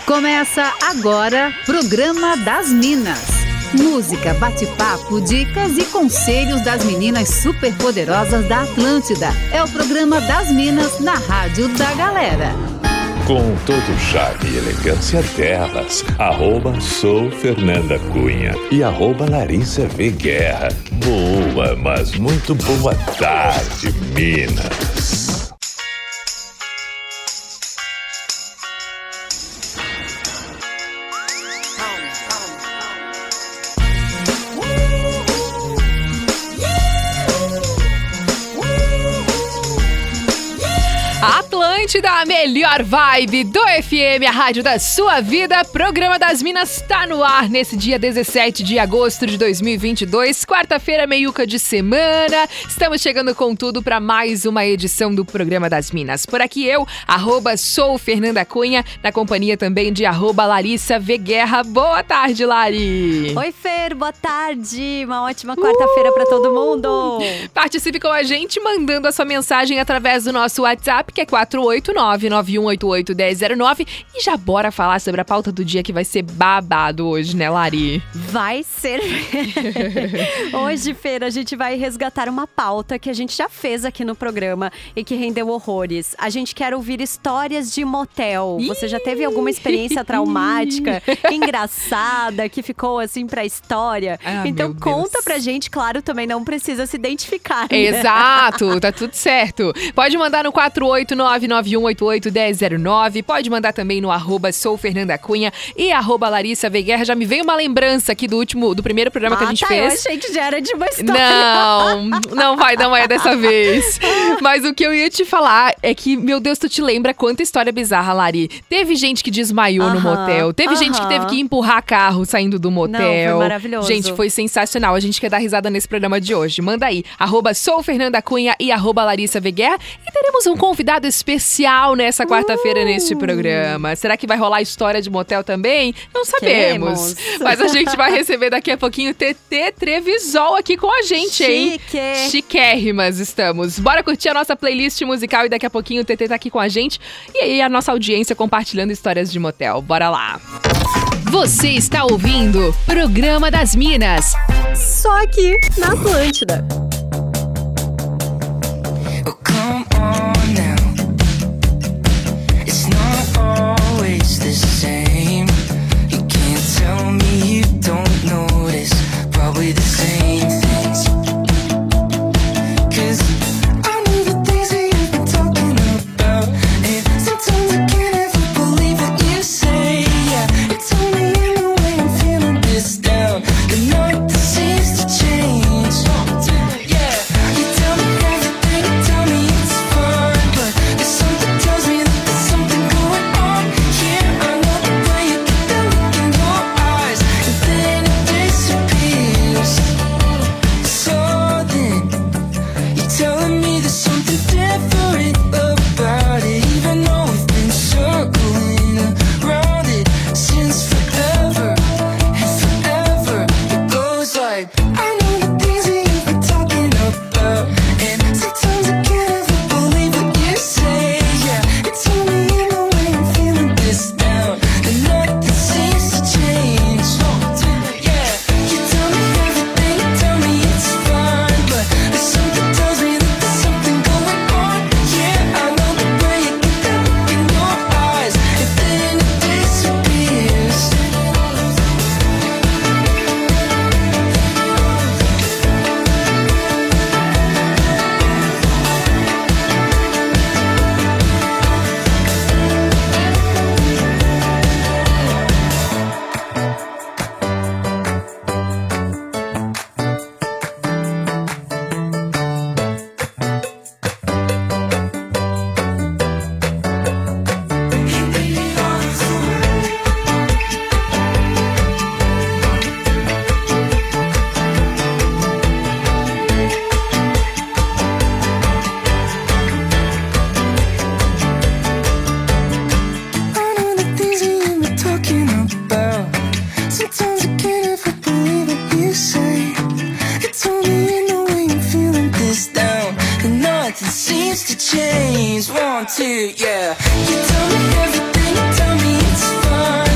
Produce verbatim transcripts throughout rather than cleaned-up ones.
Começa agora, Programa das Minas. Música, bate-papo, dicas e conselhos das meninas superpoderosas da Atlântida. É o Programa das Minas na Rádio da Galera. Com todo o charme e elegância delas, arroba sou Fernanda Cunha e arroba Larissa V. Guerra. Boa, mas muito boa tarde, Minas. Atlântida, a melhor vibe do F M, a rádio da sua vida. Programa das Minas tá no ar nesse dia dezessete de agosto de dois mil e vinte e dois, quarta-feira, meiuca de semana. Estamos chegando com tudo para mais uma edição do Programa das Minas. Por aqui eu, arroba sou Fernanda Cunha, na companhia também de arroba Larissa V. Guerra. Boa tarde, Lari! Oi, Fer, boa tarde! Uma ótima quarta-feira uh! para todo mundo! Participe com a gente mandando a sua mensagem através do nosso WhatsApp, que é quatro oito nove, nove um oito oito, um zero zero nove. E já bora falar sobre a pauta do dia, que vai ser babado hoje, né, Lari? Vai ser! Hoje, Fer, a gente vai resgatar uma pauta que a gente já fez aqui no programa e que rendeu horrores. A gente quer ouvir histórias de motel. Você já teve alguma experiência traumática, engraçada, que ficou assim pra história? Ah, então conta pra gente, claro, também não precisa se identificar, né? Exato, tá tudo certo. Pode mandar no quatro oito nove, nove um oito oito, um zero zero nove. Pode mandar também no arroba sou Fernanda Cunha e arroba Larissa V. Guerra. Já me veio uma lembrança aqui do último, do primeiro programa ah, que a gente tá, fez. Eu achei que já era de uma história. Não, não vai, não é dessa vez. Mas o que eu ia te falar é que, meu Deus, tu te lembra quanta história bizarra, Lari? Teve gente que desmaiou uh-huh, no motel. Teve uh-huh. gente que teve que empurrar carro saindo do motel. Não, foi maravilhoso. Gente, foi sensacional. A gente quer dar risada nesse programa de hoje. Manda aí, arroba sou Fernanda Cunha e arroba Larissa V. Guerra. E teremos um convidado especial nessa quarta-feira uh. neste programa. Será que vai rolar história de motel também? Não sabemos. Queremos. Mas a gente vai receber daqui a pouquinho T T Trevisol aqui com a gente, hein? Chique. Chiquérrimas estamos. Bora curtir a nossa playlist musical e daqui a pouquinho o T T tá aqui com a gente. E aí a nossa audiência compartilhando histórias de motel. Bora lá. Você está ouvindo Programa das Minas. Só aqui na Atlântida. The same. You can't tell me you don't notice. Probably the same things. 'Cause I know the things that you've been talking about. And sometimes I can't ever believe what you say. Yeah, you told me in the way I'm feeling this down. And nothing seems to change. Yeah, you tell me everything, you tell me it's fine. But there's something tells me that there's something going on here. I know the way you get that look in your eyes, and then it disappears. So then you're telling me there's something different about it, even though we've been circling around it since forever and forever. It goes like, I know the things that you've been talking about, and sometimes I can't ever believe what you say. Yeah, it's only in the way I'm feeling this down, and nothing seems to change. Yeah, you tell me everything, you tell me it's fine, but there's something tells me that there's something going on. Yeah, I know the way you get that look in your eyes, and then it disappears. I know the things that you've been talking about. Sometimes I can't ever believe what you say. It's only in the way I'm feeling this down, and nothing seems to change. One, two, yeah. You tell me everything, you tell me it's fine.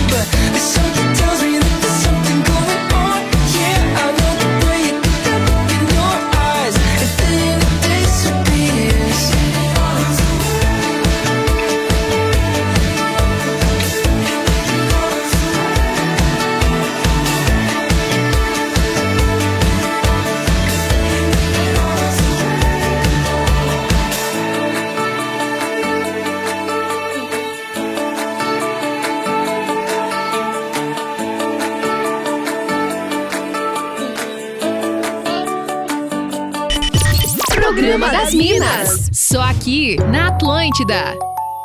Programa das Minas. Só aqui na Atlântida.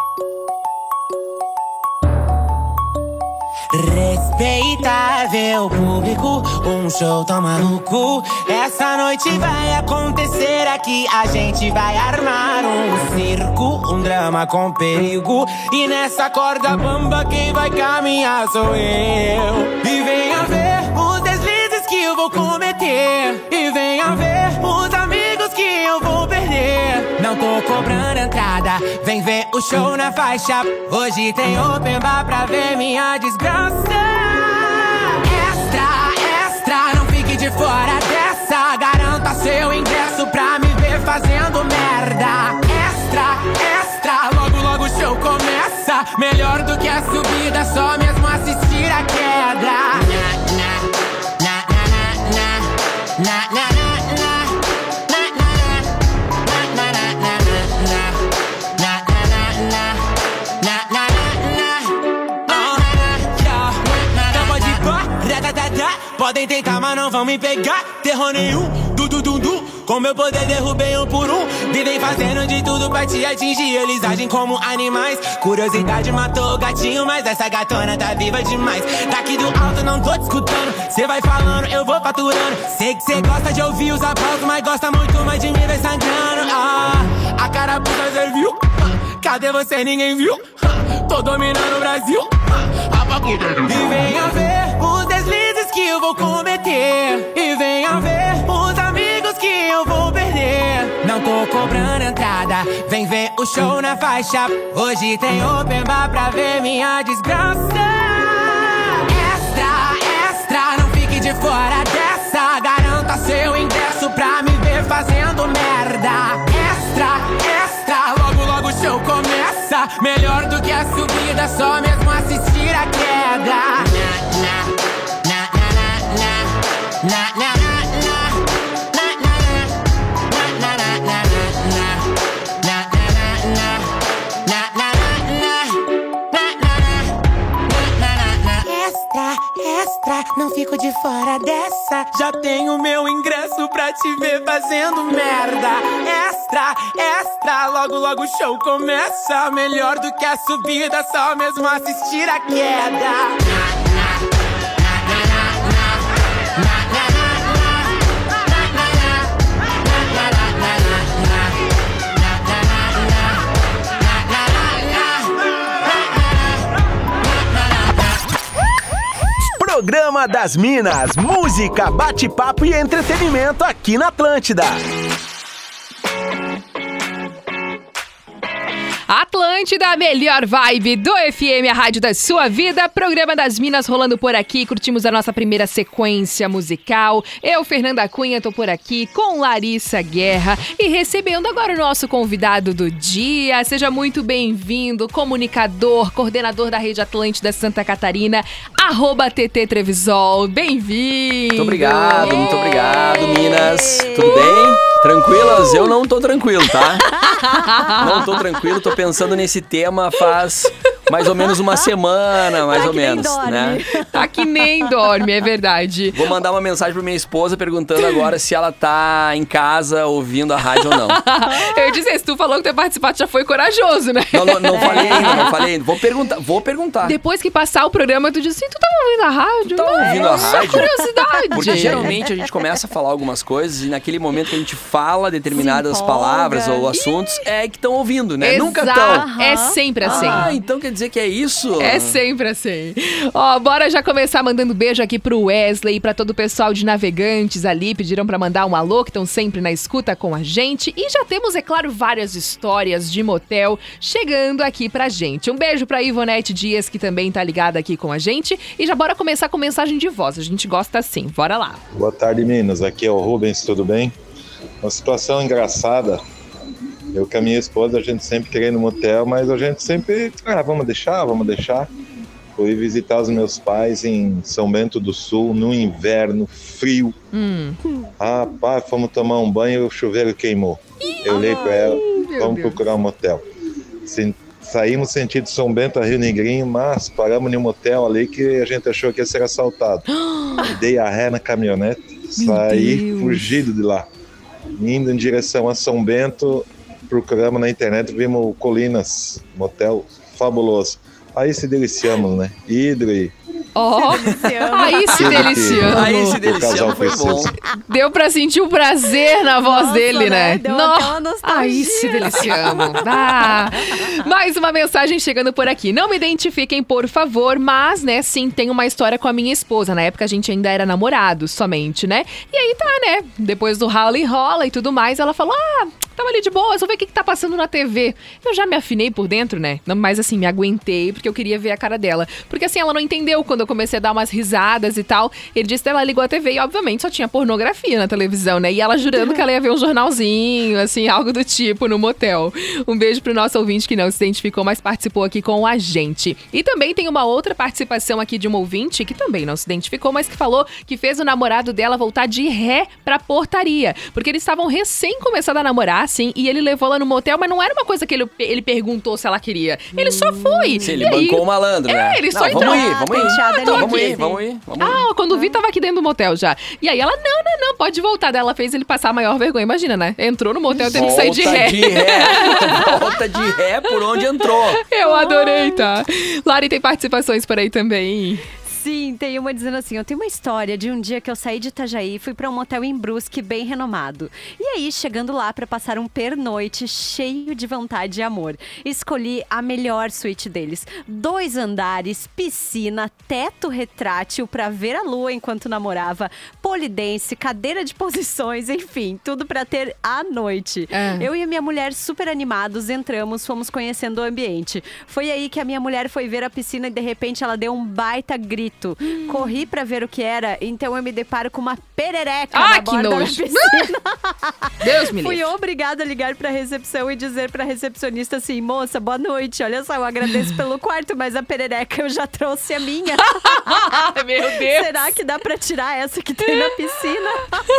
Respeitável público, um show tão maluco. Essa noite vai acontecer aqui. A gente vai armar um circo, um drama com perigo. E nessa corda bamba quem vai caminhar sou eu. E venha ver os deslizes que eu vou cometer. E venha ver os amigos que eu vou perder. Não tô cobrando entrada, vem ver o show na faixa. Hoje tem open bar pra ver minha desgraça. Extra, extra, não fique de fora dessa. Garanta seu ingresso pra me ver fazendo merda. Extra, extra, logo logo o show começa. Melhor do que a subida, só mesmo assistir a queda. Na, na, na, na, na, na, na, na. Podem tentar, mas não vão me pegar. Terror nenhum, du du du du. Com meu poder derrubei um por um. Vivem fazendo de tudo pra te atingir. Eles agem como animais. Curiosidade matou o gatinho, mas essa gatona tá viva demais. Daqui do alto não tô te escutando. Cê vai falando, eu vou faturando. Sei que cê gosta de ouvir os aplausos, mas gosta muito mais de me ver sangrando. Ah, a carapuça cê viu? Cadê você? Ninguém viu? Tô dominando o Brasil. E venha ver os deslizes que eu vou cometer. E venha ver os amigos que eu vou perder. Não tô cobrando entrada, vem ver o show na faixa. Hoje tem open bar pra ver minha desgraça. Extra, extra, não fique de fora dessa. Garanta seu ingresso pra me ver fazendo merda. Extra, extra, logo logo o show começa. Melhor do que a subida, só mesmo assistir a queda. Na, na, na, na, na, na, na. Extra, não fico de fora dessa. Já tenho meu ingresso pra te ver fazendo merda. Extra, extra, logo logo o show começa. Melhor do que a subida, só mesmo assistir a queda. Programa das Minas, música, bate-papo e entretenimento aqui na Atlântida. Atlântida, a melhor vibe do F M, a rádio da sua vida. Programa das Minas rolando por aqui. Curtimos a nossa primeira sequência musical. Eu, Fernanda Cunha, tô por aqui com Larissa Guerra e recebendo agora o nosso convidado do dia. Seja muito bem-vindo, comunicador, coordenador da Rede Atlântida Santa Catarina, arroba T T Trevisol. Bem-vindo! Muito obrigado, muito obrigado, Minas. Tudo bem? Tranquilas? Eu não tô tranquilo, tá? Não tô tranquilo, tô pensando nesse tema faz mais ou menos uma semana, mais tá ou menos, né? Tá que nem dorme, é verdade. Vou mandar uma mensagem pra minha esposa perguntando agora se ela tá em casa ouvindo a rádio ou não. Eu ia dizer, se tu falou que tu ia participar, tu já foi corajoso, né? Não, não, não falei ainda, não falei ainda. Vou perguntar, vou perguntar. Depois que passar o programa, tu diz assim, tu tava ouvindo a rádio? Tá ouvindo a rádio? Curiosidade. Porque geralmente a gente começa a falar algumas coisas e naquele momento que a gente fala determinadas palavras ou assuntos, é que estão ouvindo, né? Exato. Nunca estão. É sempre assim. Ah, então quer dizer que é isso? É sempre assim. Ó, bora já começar mandando beijo aqui pro Wesley e pra todo o pessoal de Navegantes ali. Pediram pra mandar um alô, que estão sempre na escuta com a gente. E já temos, é claro, várias histórias de motel chegando aqui pra gente. Um beijo pra Ivonete Dias, que também tá ligada aqui com a gente. E já bora começar com mensagem de voz. A gente gosta assim. Bora lá. Boa tarde, Minas. Aqui é o Rubens, tudo bem? Uma situação engraçada. Eu com a minha esposa, a gente sempre queria ir no motel, mas a gente sempre, ah, vamos deixar, vamos deixar. Fui visitar os meus pais em São Bento do Sul, no inverno, frio. Hum. Ah, pá, fomos tomar um banho e o chuveiro queimou. Eu olhei para ela, vamos Deus. procurar um motel. Sim, saímos sentido São Bento a Rio Negrinho, mas paramos em um motel ali que a gente achou que ia ser assaltado. Dei a ré na caminhonete, Meu saí Deus. fugido de lá. indo em direção a São Bento, procuramos na internet, vimos Colinas, motel fabuloso. Aí se deliciamos, né? Hidro e... Ó, aí se tudo que deliciamos. Aí se o casal deliciamos, foi bom. precisa. Deu pra sentir o prazer na voz Nossa, dele, né? né? Deu Nó- até uma nostalgia. Aí se deliciamos. Ah, mais uma mensagem chegando por aqui. Não me identifiquem, por favor, mas, né, sim, tem uma história com a minha esposa. Na época a gente ainda era namorado somente, né? E aí tá, né? Depois do rala e rola e tudo mais, ela falou: ah, tava ali de boa, só ver o que, que tá passando na T V. Eu já me afinei por dentro, né? Não, mas assim, me aguentei porque eu queria ver a cara dela. Porque assim, ela não entendeu quando eu comecei a dar umas risadas e tal. Ele disse que ela ligou a T V e, obviamente, só tinha pornografia na televisão, né? E ela jurando que ela ia ver um jornalzinho, assim, algo do tipo, no motel. Um beijo pro nosso ouvinte que não se identificou, mas participou aqui com a gente. E também tem uma outra participação aqui de uma ouvinte que também não se identificou, mas que falou que fez o namorado dela voltar de ré pra portaria. Porque eles estavam recém começando a namorar, assim, e ele levou ela no motel, mas não era uma coisa que ele, ele perguntou se ela queria. Ele só foi. Se ele E aí- bancou o malandro, né? É, ele só Não, entrou. vamos ir, vamos ir. Penteada Então, ali, vamos ir, assim. vamos ir, vamos ir. Ah, quando vi, tava aqui dentro do motel já. E aí ela, não, não, não, pode voltar. Daí ela fez ele passar a maior vergonha. Imagina, né? Entrou no motel, teve que sair de Volta ré. de ré. Volta de ré por onde entrou. Eu adorei, tá? Lari, tem participações por aí também. Sim, tem uma dizendo assim, eu tenho uma história de um dia que eu saí de Itajaí e fui pra um motel em Brusque bem renomado. E aí, chegando lá pra passar um pernoite cheio de vontade e amor, escolhi a melhor suíte deles. Dois andares, piscina, teto retrátil pra ver a lua enquanto namorava, polidense, cadeira de posições, enfim, tudo pra ter a noite. É. Eu e a minha mulher super animados entramos, fomos conhecendo o ambiente. Foi aí que a minha mulher foi ver a piscina e de repente ela deu um baita grito. Corri pra ver o que era, então eu me deparo com uma perereca Ah, na que borda da nojo. piscina. Deus me Fui livre. obrigada a ligar pra recepção e dizer pra recepcionista assim, moça, boa noite, olha só, eu agradeço pelo quarto, mas a perereca eu já trouxe a minha. Meu Deus. Será que dá pra tirar essa que tem na piscina?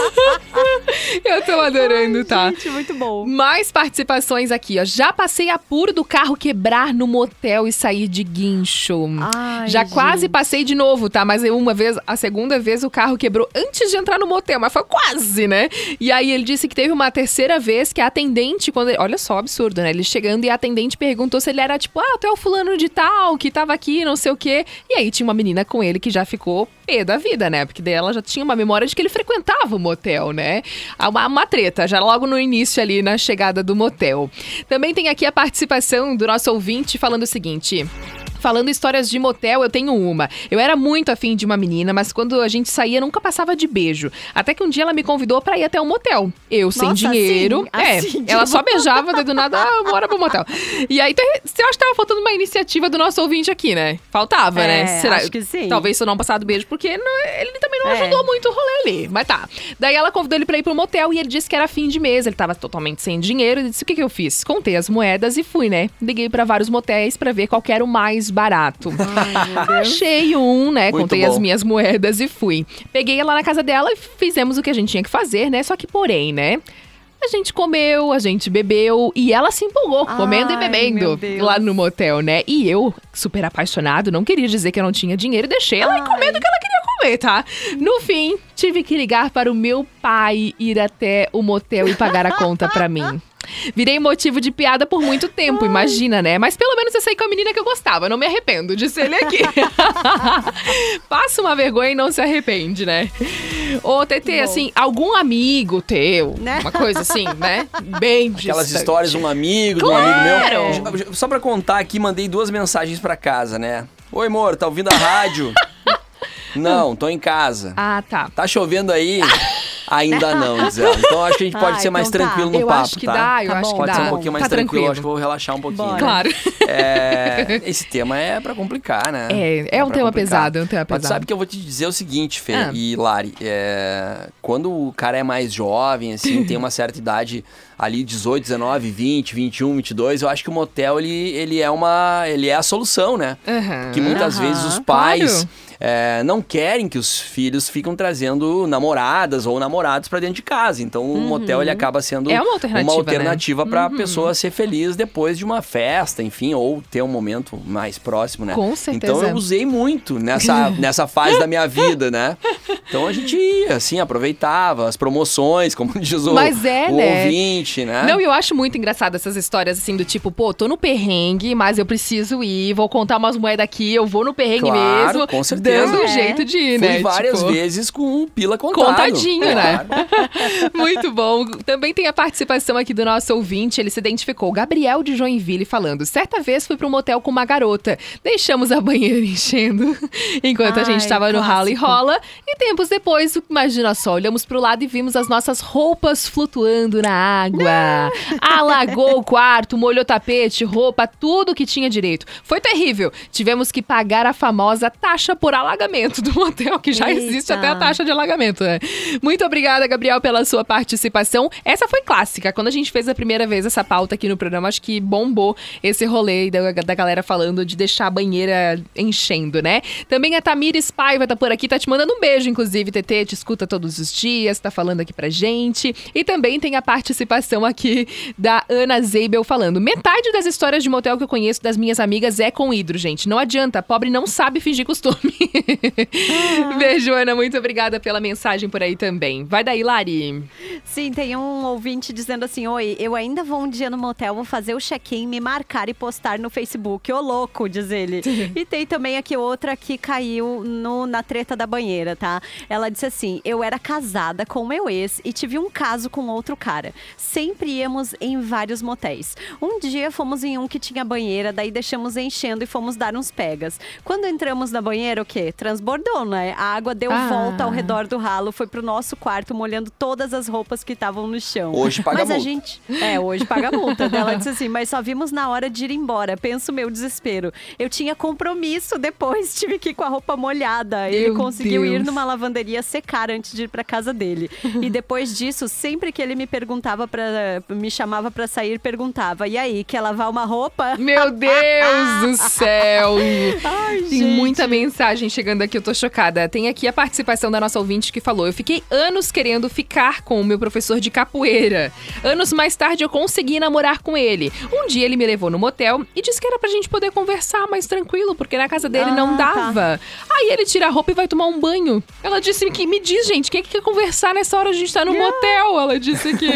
Eu tô adorando, tá? Gente, muito bom. Mais participações aqui, ó. Já passei apuro do carro quebrar no motel e sair de guincho. Ai, Já gente. quase passei de novo, tá? Mas eu, uma vez, a segunda vez o carro quebrou antes de entrar no motel, mas foi quase, né? E aí ele disse que teve uma terceira vez que a atendente, quando ele, olha só, absurdo, né? Ele chegando e a atendente perguntou se ele era tipo, ah, tu é o fulano de tal, que tava aqui, não sei o quê. E aí tinha uma menina com ele que já ficou pé da vida, né? Porque daí ela já tinha uma memória de que ele frequentava o motel, né? Uma, uma treta, já logo no início ali, na chegada do motel. Também tem aqui a participação do nosso ouvinte falando o seguinte... Falando histórias de motel, eu tenho uma. Eu era muito afim de uma menina, mas quando a gente saía, nunca passava de beijo. Até que um dia ela me convidou pra ir até um motel. Eu, sem Nossa, dinheiro. assim? é, Assim, ela tipo? só beijava, daí do nada, ah, bora pro motel. E aí, eu acho que tava faltando uma iniciativa do nosso ouvinte aqui, né? Faltava, É, né? Será? acho que sim. Talvez se eu não passado beijo, porque não- ele também não É. ajudou muito o rolê ali. Mas tá. Daí ela convidou ele pra ir pro motel e ele disse que era fim de mês. Ele tava totalmente sem dinheiro. Ele disse, o que que eu fiz? Contei as moedas e fui, né? Liguei pra vários motéis pra ver qual que era o mais barato. Achei um, né? Muito Contei bom. as minhas moedas e fui. Peguei ela na casa dela e fizemos o que a gente tinha que fazer, né? Só que, porém, né? A gente comeu, a gente bebeu e ela se empolgou, comendo e Ai, bebendo meu Deus. lá no motel, né? E eu, super apaixonado, não queria dizer que eu não tinha dinheiro e deixei ela ir comendo o que ela queria comer, tá? No fim, tive que ligar para o meu pai ir até o motel e pagar a conta pra mim. Virei motivo de piada por muito tempo, imagina, né? Mas pelo menos eu saí com a menina que eu gostava, não me arrependo de ser ele aqui. Passa uma vergonha e não se arrepende, né? Ô, Tetê, assim, algum amigo teu, Né? uma coisa assim, né? Bem Aquelas distante. histórias de um amigo, de um Claro! amigo meu. Só pra contar aqui, mandei duas mensagens pra casa, né? Oi, amor, tá ouvindo a rádio? Não, tô em casa. Ah, tá. Tá chovendo aí? Ainda não, diz ela. Então acho que a gente pode Ah, ser mais então tá. tranquilo no Eu papo, acho que tá? dá, eu Tá acho bom. que Pode dá. ser um pouquinho mais Tá tranquilo, tranquilo. acho que eu vou relaxar um pouquinho. Bora. Claro. É, esse tema é pra complicar, né? É, é um pra tema complicar. pesado, é um tema Mas pesado. sabe que eu vou te dizer o seguinte, Fê Ah. e Lari. É, quando o cara é mais jovem, assim, tem uma certa idade ali, dezoito, dezenove, vinte, vinte e um, vinte e dois, eu acho que o motel, ele, ele, é, uma, ele é a solução, né? Aham. Que muitas Aham, vezes os pais claro. é, não querem que os filhos fiquem trazendo namoradas ou namorados pra dentro de casa. Então o motel ele acaba sendo É uma alternativa, uma alternativa né? pra Uhum. pessoa ser feliz depois de uma festa, enfim, ou ter um momento mais próximo, né? Com certeza. Então eu usei muito nessa, nessa fase da minha vida, né? Então a gente ia, assim, aproveitava as promoções, como diz o, Mas é, o né? ouvinte, né? Não, eu acho muito engraçado essas histórias assim do tipo, pô, tô no perrengue, mas eu preciso ir, vou contar umas moedas aqui, eu vou no perrengue Claro, mesmo. com certeza. Dando um É. jeito de ir, Fui né? várias Tipo, vezes com um pila contado. Contadinho, né? Claro. Muito bom. Também tem a participação aqui do nosso ouvinte, ele se identificou, Gabriel de Joinville, falando: certa vez fui para um motel com uma garota, deixamos a banheira enchendo enquanto a gente Ai, estava no rala e clássico. rola, e tempos depois, imagina só, olhamos pro lado e vimos as nossas roupas flutuando na água. Alagou o quarto, molhou tapete, roupa, tudo que tinha direito. Foi terrível. Tivemos que pagar a famosa taxa por alagamento do motel, que já Eita. existe até a taxa de alagamento, né? Muito obrigada, Gabriel, pela sua participação. Essa foi clássica. Quando a gente fez a primeira vez essa pauta aqui no programa, acho que bombou esse rolê da, da galera falando de deixar a banheira enchendo, né? Também a Tamires Paiva tá por aqui, tá te mandando um beijo, inclusive, T T, te escuta todos os dias, tá falando aqui pra gente. E também tem a participação aqui da Ana Zeibel falando: metade das histórias de motel que eu conheço das minhas amigas é com hidro, gente. Não adianta, pobre não sabe fingir costume. Beijo, Ana, muito obrigada pela mensagem por aí também. Vai daí, Lari. Sim, tem um ouvinte dizendo assim: oi, eu ainda vou um dia no motel, vou fazer o check-in, me marcar e postar no Facebook. Ô louco, diz ele. E tem também aqui outra que caiu no, na treta da banheira, tá? Ela disse assim: eu era casada com meu ex e tive um caso com outro cara. Sempre íamos em vários motéis. Um dia fomos em um que tinha banheira, daí deixamos enchendo e fomos dar uns pegas. Quando entramos na banheira, o quê? Transbordou, né? A água deu Ah. volta ao redor do ralo, foi pro nosso quarto, molhando todas as roupas que estavam no chão. Hoje paga Mas a multa. gente... É, hoje paga multa. Ela disse assim, mas só vimos na hora de ir embora. Penso o meu desespero. Eu tinha compromisso depois, tive que ir com a roupa molhada. Ele Meu conseguiu Deus. ir numa lavanderia secar antes de ir pra casa dele. E depois disso, sempre que ele me perguntava para me chamava pra sair, perguntava: e aí, quer lavar uma roupa? Meu Deus do céu! Ai, Tem muita mensagem chegando aqui, eu tô chocada. Tem aqui a participação da nossa ouvinte que falou: eu fiquei anos querendo ficar com o meu professor de capoeira. Anos mais tarde eu consegui namorar com ele. Um dia ele me levou no motel e disse que era pra gente poder conversar mais tranquilo, porque na casa dele Ah, não tá. dava. Aí ele tira a roupa e vai tomar um banho. Ela disse que, me diz, gente, quem que quer conversar nessa hora? A gente tá no motel. Ela disse que...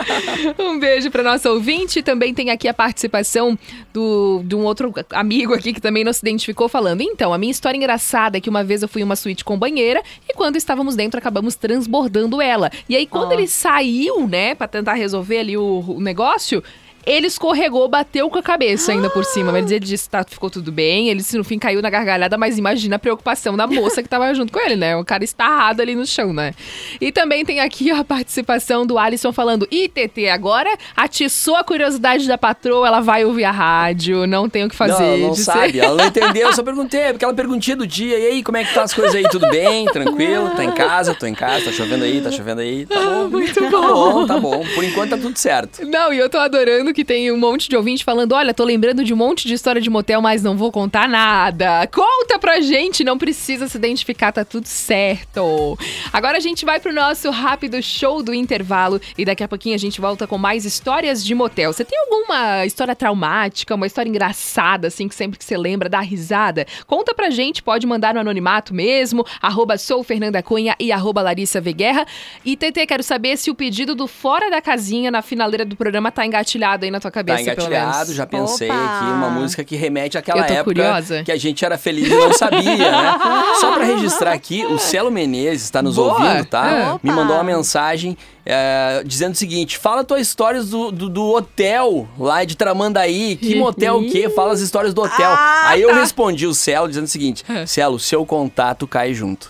Um beijo pra nossa ouvinte. Também tem aqui a participação do, de um outro amigo aqui que também não se identificou, falando: então, a minha história engraçada é que uma vez eu fui em uma suíte com banheira e quando estávamos dentro acabamos transbordando ela. E aí quando Ah. ele saiu, né, pra tentar resolver ali o, o negócio... Ele escorregou, bateu com a cabeça ainda por cima. Mas ele disse que tá, ficou tudo bem. Ele, no fim, caiu na gargalhada. Mas imagina a preocupação da moça que tava junto com ele, né? O cara estarrado ali no chão, né? E também tem aqui a participação do Alisson falando: ih, T T, agora atiçou a curiosidade da patroa. Ela vai ouvir a rádio. Não tem o que fazer. Não, ela não Disse- sabe, ela não entendeu, eu só perguntei, aquela perguntinha do dia, e aí, como é que tá as coisas aí, tudo bem, tranquilo, tá em casa, tô em casa, tá chovendo aí, tá chovendo aí, tá bom. Muito Tá bom, tá bom, por enquanto tá tudo certo. Não, e eu tô adorando que tem um monte de ouvinte falando: olha, tô lembrando de um monte de história de motel, mas não vou contar nada. Conta pra gente, não precisa se identificar, tá tudo certo. Agora a gente vai pro nosso rápido show do intervalo e daqui a pouquinho a gente volta com mais histórias de motel. Você tem alguma história traumática, uma história engraçada, assim, que sempre que você lembra, dá risada? Conta pra gente, pode mandar no anonimato mesmo, arroba sou Fernanda Cunha e arroba Larissa V. Guerra. E, T T, quero saber se o pedido do Fora da Casinha na finaleira do programa tá engatilhado aí na tua Tá cabeça, pelo engatilhado, menos. já pensei Opa! aqui, uma música que remete àquela Eu tô época curiosa. que a gente era feliz e não sabia, né? Só pra registrar aqui, o Celo Menezes está nos Boa! ouvindo, tá? Opa! Me mandou uma mensagem é, dizendo o seguinte: fala tua histórias do, do, do hotel lá de Tramandaí. Que motel o quê? Fala as histórias do hotel. Ah, Aí eu tá. respondi o Celo dizendo o seguinte: Celo, seu contato cai junto.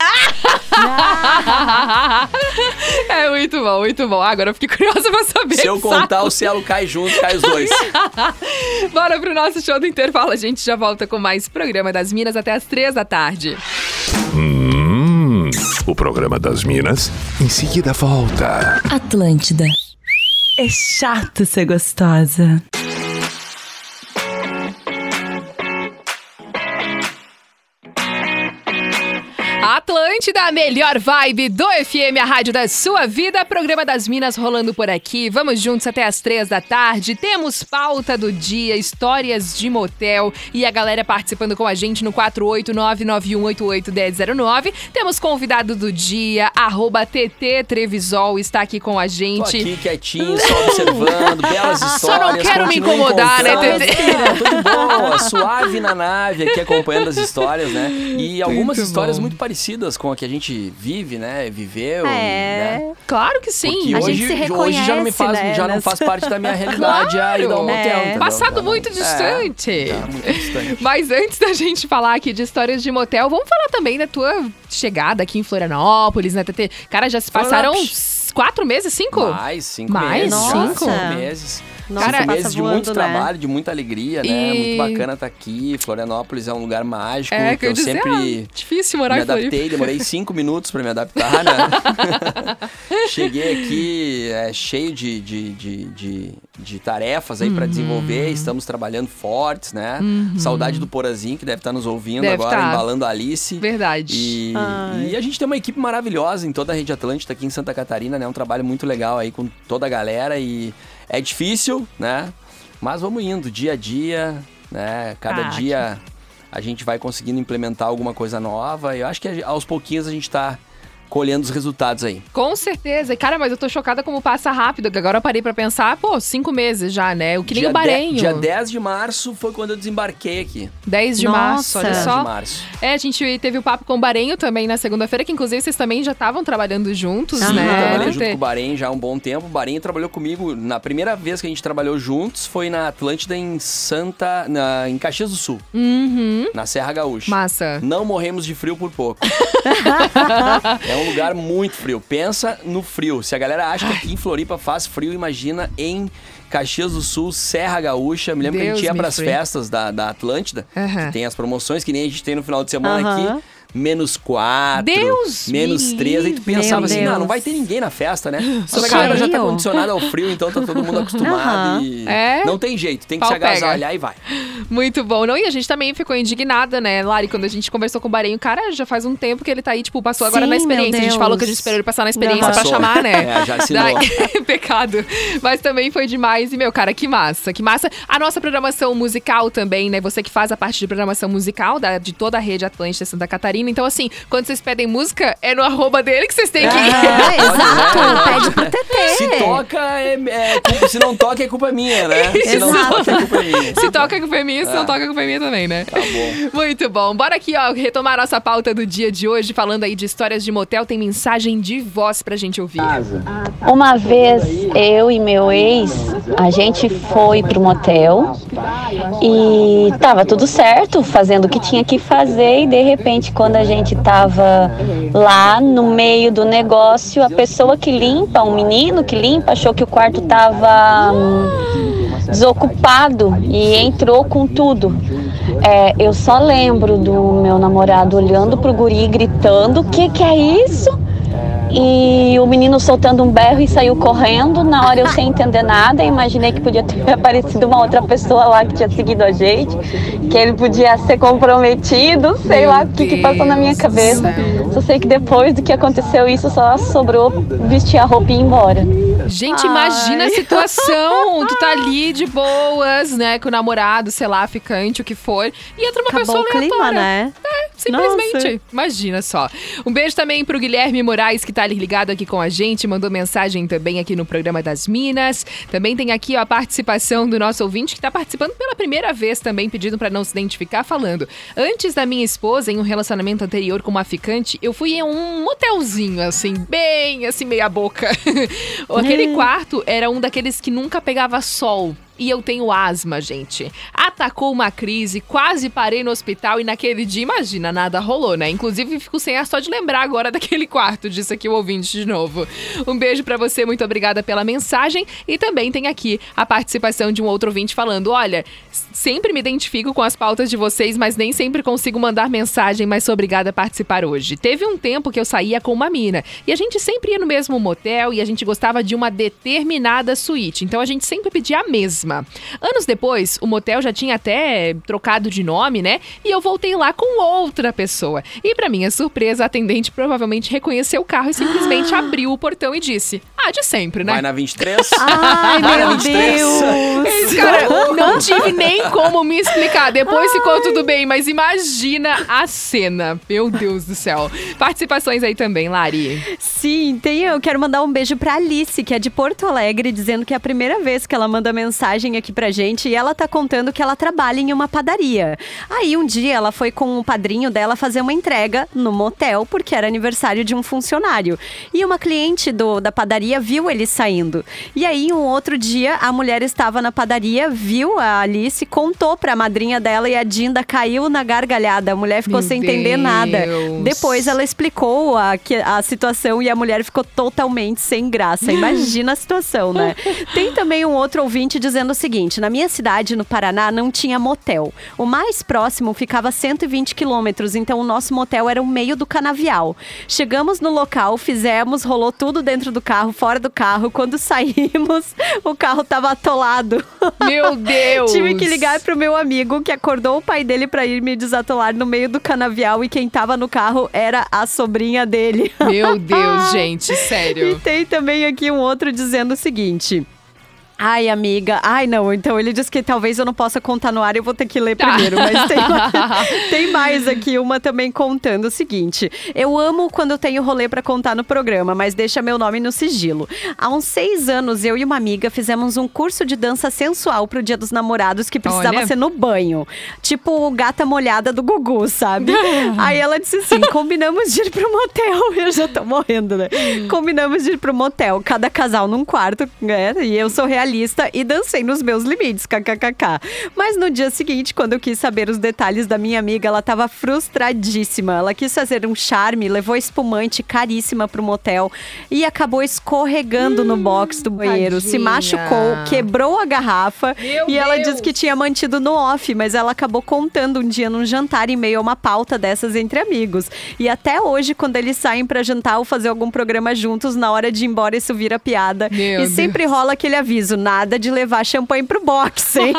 É muito bom, muito bom. Agora eu fiquei curiosa pra saber. Se eu que contar, saco. o Celo cai junto, cai os dois. Bora pro nosso show do intervalo. A gente já volta com mais Programa das Minas até as três da tarde. Hum, o programa das Minas em seguida volta. Atlântida. É chato ser gostosa. Atlântida, a melhor vibe do F M, a rádio da sua vida. Programa das Minas rolando por aqui. Vamos juntos até as três da tarde. Temos pauta do dia, histórias de motel e a galera participando com a gente no quatro oito nove nove um oito oito um zero zero nove. Temos convidado do dia, arroba T T Trevisol, está aqui com a gente. Tô aqui quietinho, só observando, belas histórias. Só não quero me incomodar, né, T T? Tudo bom, suave na nave aqui acompanhando as histórias, né? E algumas Muito histórias bom. muito parecidas com a que a gente vive, né? Viveu, É. né? Claro que sim. Porque A hoje, gente se hoje reconhece, já não me faz, né, já não nessa- faz parte da minha realidade a ir ao motel, É. entendeu? Passado Já não- muito distante. É, já muito distante. Mas antes da gente falar aqui de histórias de motel, vamos falar também da tua chegada aqui em Florianópolis, né, T T? Cara, já se passaram uns quatro meses, cinco? Mais, cinco Mais? meses. já, Cinco? Cinco meses. Nossa, Cinco passa meses de voando, muito né? trabalho, de muita alegria, né? E- Muito bacana estar aqui. Florianópolis é um lugar mágico É, que que eu eu ia dizer, sempre ah, difícil morar me em Floripa. adaptei. Demorei cinco minutos para me adaptar, né? Cheguei aqui é, cheio de, de, de, de, de tarefas aí para Uhum. desenvolver. Estamos trabalhando fortes, né? Saudade do Porazinho, que deve estar nos ouvindo Deve agora, tá. embalando a Alice. Verdade. E, Ai. e a gente tem uma equipe maravilhosa em toda a rede Atlântida aqui em Santa Catarina, né? Um trabalho muito legal aí com toda a galera e é difícil, né? Mas vamos indo dia a dia, né? Cada Ah, dia a gente vai conseguindo implementar alguma coisa nova e eu acho que a- aos pouquinhos a gente tá colhendo os resultados aí. Com certeza. E, cara, mas eu tô chocada como passa rápido, que agora eu parei pra pensar, pô, cinco meses já, né? O que nem Dia o Barenho. de- dia dez de março foi quando eu desembarquei aqui. dez de Nossa. março, olha dez só. de março. É, a gente teve o papo com o Barenho também na segunda-feira, que inclusive vocês também já estavam trabalhando juntos, Sim, Eu né? trabalhei T junto T? com o Bahrein já há um bom tempo. O Bahrein trabalhou comigo, na primeira vez que a gente trabalhou juntos, foi na Atlântida em Santa... Na, em Caxias do Sul, Uhum. na Serra Gaúcha. Massa. Não morremos de frio por pouco. É um lugar muito frio. Pensa no frio. Se a galera acha que aqui em Floripa faz frio, imagina em Caxias do Sul, Serra Gaúcha. Me lembro que a Deus gente ia me pras free. festas da, da Atlântida, Aham. que tem as promoções que nem a gente tem no final de semana Aham. aqui. Menos quatro, Deus menos me três. Aí tu pensava Meu assim, Deus. não, não vai ter ninguém na festa, né? Só que a Socorro. galera já tá condicionada ao frio, então tá todo mundo acostumado Aham. e É. não tem jeito, tem que Pau se agasalhar e vai. Muito bom. Não, e a gente também ficou indignada, né, Lari, quando a gente conversou com o Barenho. Cara, já faz um tempo que ele tá aí, tipo, passou agora Sim, na meu experiência. A gente Deus. falou que a gente esperou ele passar na experiência Aham. pra Passou. chamar, né? É, já assinou. Daí- Pecado. Mas também foi demais. E, meu, cara, que massa, que massa. A nossa programação musical também, né? Você que faz a parte de programação musical da, de toda a rede Atlântida Santa Catarina. Então, assim, quando vocês pedem música, é no arroba dele que vocês têm que ir. É, exato. É, Pede pro T T. Se toca, é, é culpa- se não toca, é culpa minha, né? Se não Exato. toca, é culpa minha. Se toca com o minha, se não É. toca com o minha também, né? Tá bom. Muito bom. Bora aqui, ó, retomar nossa pauta do dia de hoje, falando aí de histórias de motel. Tem mensagem de voz pra gente ouvir. Uma vez eu e meu ex, a gente foi pro motel e tava tudo certo, fazendo o que tinha que fazer e de repente quando a gente tava lá no meio do negócio, a pessoa que limpa, um menino que limpa, achou que o quarto tava hum, desocupado e entrou com tudo. É, eu só lembro do meu namorado olhando pro guri e gritando: "O que que é isso?" E o menino soltando um berro e saiu correndo. Na hora eu sem entender nada, imaginei que podia ter aparecido uma outra pessoa lá que tinha seguido a gente, que ele podia ser comprometido, sei lá o que, que passou na minha cabeça. Só sei que depois do que aconteceu isso, só sobrou vestir a roupa e ir embora. Gente, Ai. imagina a situação. Tu tá ali de boas, né? Com o namorado, sei lá, ficante, o que for. E entra uma Acabou pessoa o clima, aleatória. né? Simplesmente. Imagina só. Um beijo também pro Guilherme Moraes, que tá ligado aqui com a gente. Mandou mensagem também aqui no programa das Minas. Também tem aqui ó, a participação do nosso ouvinte, que tá participando pela primeira vez também, pedindo pra não se identificar, falando: antes da minha esposa, em um relacionamento anterior com uma ficante, eu fui em um motelzinho, assim, bem, assim, meia boca. Aquele quarto era um daqueles que nunca pegava sol. E eu tenho asma, gente. Atacou uma crise, quase parei no hospital e naquele dia, imagina, nada rolou, né? Inclusive, fico sem ar só de lembrar agora daquele quarto, disse aqui o ouvinte de novo. Um beijo pra você, muito obrigada pela mensagem. E também tem aqui a participação de um outro ouvinte falando: olha, sempre me identifico com as pautas de vocês, mas nem sempre consigo mandar mensagem, mas sou obrigada a participar hoje. Teve um tempo que eu saía com uma mina, e a gente sempre ia no mesmo motel, e a gente gostava de uma determinada suíte, então a gente sempre pedia a mesma. mesma. Anos depois, o motel já tinha até trocado de nome, né? E eu voltei lá com outra pessoa. E pra minha surpresa, a atendente provavelmente reconheceu o carro e simplesmente abriu o portão e disse: ah, de sempre, né? Vai na vinte e três? Ai, Vai na meu vinte e três? Deus! Cara, não tive nem como me explicar. Depois ficou tudo bem, mas imagina a cena. Meu Deus do céu. Participações aí também, Lari. Sim, tem, eu quero mandar um beijo pra Alice, que é de Porto Alegre, dizendo que é a primeira vez que ela manda mensagem aqui pra gente e ela tá contando que ela trabalha em uma padaria. Aí um dia ela foi com o padrinho dela fazer uma entrega no motel, porque era aniversário de um funcionário. E uma cliente do, da padaria viu ele saindo. E aí, um outro dia, a mulher estava na padaria, viu a Alice, contou pra madrinha dela e a Dinda caiu na gargalhada. A mulher ficou Meu sem entender Deus. nada. Depois ela explicou a, que- a situação e a mulher ficou totalmente sem graça. Imagina a situação, né? Tem também um outro ouvinte dizendo o seguinte: na minha cidade, no Paraná, não tinha motel. O mais próximo ficava a cento e vinte quilômetros, então o nosso motel era o meio do canavial. Chegamos no local, fizemos, rolou tudo dentro do carro, fora do carro. Quando saímos, o carro tava atolado. Meu Deus! Tive que ligar pro meu amigo, que acordou o pai dele pra ir me desatolar no meio do canavial, e quem tava no carro era a sobrinha dele. Meu Deus, gente, E sério. tem também aqui um outro dizendo o seguinte: ai, amiga, ai não, então ele diz que talvez eu não possa contar no ar, eu vou ter que ler Tá. primeiro, mas tem, tem mais aqui, uma também contando o seguinte: eu amo quando eu tenho rolê pra contar no programa, mas deixa meu nome no sigilo. Há uns seis anos, eu e uma amiga fizemos um curso de dança sensual pro Dia dos Namorados, que precisava Olha. ser no banho, tipo gata molhada do Gugu, sabe? Aí ela disse assim: combinamos de ir pro motel, eu já tô morrendo, né? Combinamos de ir pro motel, cada casal num quarto, né? E eu sou realista e dancei nos meus limites, kkkk. Mas no dia seguinte, quando eu quis saber os detalhes da minha amiga, ela tava frustradíssima. Ela quis fazer um charme, levou espumante caríssima pro motel e acabou escorregando hum, no box do banheiro. Tadinha. Se machucou, quebrou a garrafa. Meu e ela Deus. disse que tinha mantido no off, mas ela acabou contando um dia num jantar em meio a uma pauta dessas entre amigos. E até hoje, quando eles saem pra jantar ou fazer algum programa juntos, na hora de ir embora isso vira piada. Meu e Deus. sempre rola aquele aviso: nada de levar champanhe pro box, hein?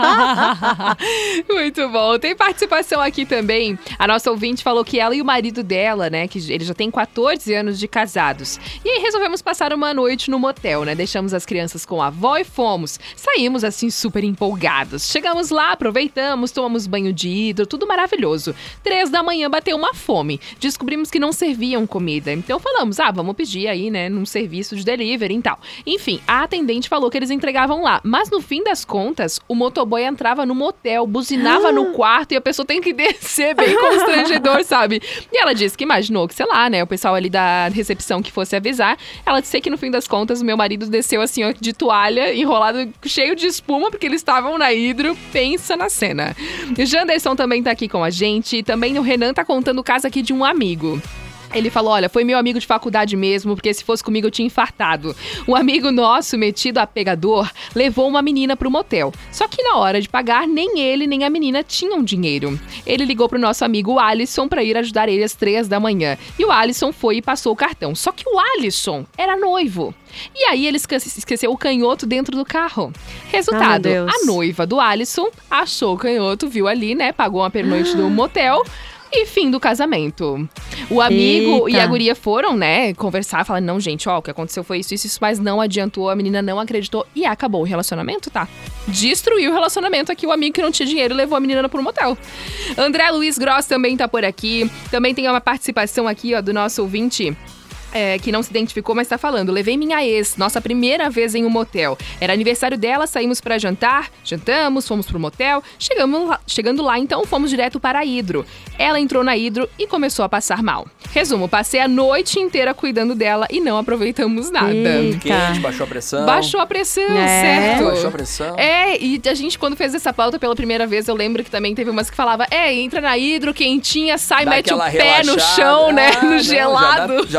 Muito bom. Tem participação aqui também. A nossa ouvinte falou que ela e o marido dela, né, que eles já têm quatorze anos de casados. E aí resolvemos passar uma noite no motel, né? Deixamos as crianças com a avó e fomos. Saímos assim super empolgados. Chegamos lá, aproveitamos, tomamos banho de hidro, tudo maravilhoso. Três da manhã bateu uma fome. Descobrimos que não serviam comida. Então falamos: ah, vamos pedir aí, né, num serviço de delivery e tal. Enfim, a atendente falou que eles entregavam lá. Mas no fim das contas, o motoboy entrava no motel, buzinava no quarto e a pessoa tem que descer, bem constrangedor, sabe? E ela disse que imaginou que, sei lá, né, o pessoal ali da recepção que fosse avisar. Ela disse que no fim das contas, o meu marido desceu assim, ó, de toalha, enrolado, cheio de espuma, porque eles estavam na hidro. Pensa na cena. O Janderson também tá aqui com a gente. E também o Renan tá contando o caso aqui de um amigo. Ele falou: olha, foi meu amigo de faculdade mesmo, porque se fosse comigo eu tinha infartado. Um amigo nosso, metido a pegador, levou uma menina pro motel. Só que na hora de pagar, nem ele nem a menina tinham dinheiro. Ele ligou pro nosso amigo Alisson pra ir ajudar ele às três da manhã. E o Alisson foi e passou o cartão. Só que o Alisson era noivo. E aí ele esque- esqueceu o canhoto dentro do carro. Resultado, Ah, meu Deus. a noiva do Alisson achou o canhoto, viu ali, né? Pagou uma pernoite do motel. E fim do casamento. O amigo Eita. e a guria foram, né, conversar, falar: não, gente, ó, o que aconteceu foi isso, isso, isso, mas não adiantou, a menina não acreditou e acabou o relacionamento, tá? Destruiu o relacionamento aqui, o amigo que não tinha dinheiro levou a menina pro motel. André Luiz Gross também tá por aqui. Também tem uma participação aqui, ó, do nosso ouvinte. É, que não se identificou, mas tá falando: levei minha ex, nossa primeira vez em um motel. Era aniversário dela, saímos pra jantar, jantamos, fomos pro motel. Chegamos lá, chegando lá, então, fomos direto para a hidro. Ela entrou na hidro e começou a passar mal. Resumo, passei a noite inteira cuidando dela e não aproveitamos nada. Eita. Quente, baixou a pressão. Baixou a pressão, É. certo? Baixou a pressão. É, e a gente, quando fez essa pauta pela primeira vez, eu lembro que também teve umas que falava: é, entra na hidro, quentinha, sai, Dá mete o aquela pé no relaxada. chão, né, Ah, no não, gelado. Já dá, já dá problema.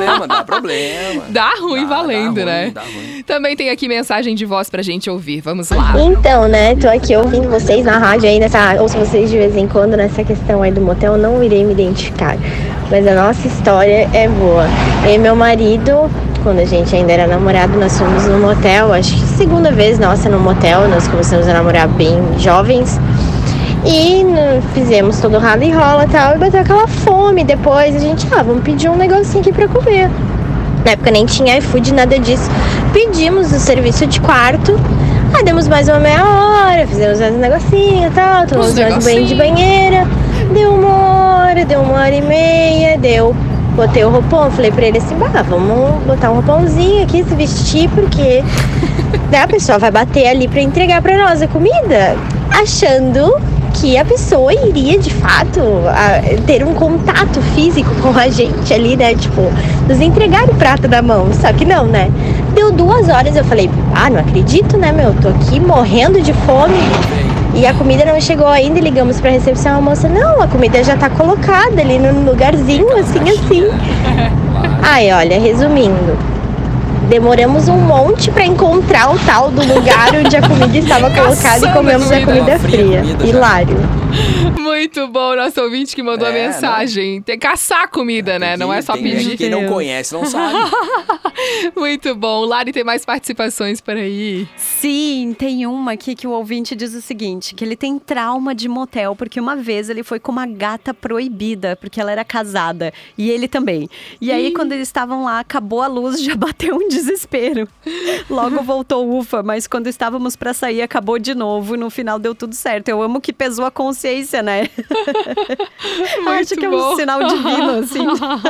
problema, dá problema. Dá ruim Dá, valendo, dá ruim, né? dá ruim. Também tem aqui mensagem de voz pra gente ouvir. Vamos lá. Então, né, tô aqui ouvindo vocês na rádio aí, nessa, ouço vocês de vez em quando nessa questão aí do motel, não irei me identificar. Mas a nossa história é boa. Eu e meu marido, quando a gente ainda era namorado, nós fomos no motel, acho que segunda vez nossa no motel, nós começamos a namorar bem jovens. E no, fizemos todo o ralo e rola e tal, e bateu aquela fome. Depois a gente, ah, vamos pedir um negocinho aqui pra comer. Na época nem tinha iFood, nada disso. Pedimos o serviço de quarto. Aí demos mais uma meia hora, fizemos mais um negocinho e tal, tomamos mais um banho de banheira. Deu uma hora, deu uma hora e meia, deu. Botei o roupão, falei pra ele assim, bah, vamos botar um roupãozinho aqui, se vestir, porque daí a pessoa vai bater ali pra entregar pra nós a comida, achando que a pessoa iria, de fato, a, ter um contato físico com a gente ali, né, tipo, nos entregar o prato na mão, só que não, né. Deu duas horas, eu falei, ah, não acredito, né, meu, tô aqui morrendo de fome. E a comida não chegou ainda e ligamos pra recepção. A moça, não, a comida já tá colocada ali no lugarzinho, assim, assim. Ai, olha, resumindo, demoramos um monte pra encontrar o tal do lugar onde a comida estava colocada e comemos a comida fria. Hilário. Muito bom, nosso ouvinte que mandou É, a mensagem. Tem que caçar a comida, né? Tem Não que- é só tem pedir. gente que não conhece, não sabe. Muito bom. Lari, tem mais participações por aí? Sim, tem uma aqui que o ouvinte diz o seguinte, que ele tem trauma de motel, porque uma vez ele foi com uma gata proibida, porque ela era casada, e ele também. E aí, quando eles estavam lá, acabou a luz, já bateu um desespero. Logo voltou ufa, mas quando estávamos pra sair, acabou de novo, e no final deu tudo certo. Eu amo que pesou a consciência, né? Acho que é um bom. sinal divino, assim.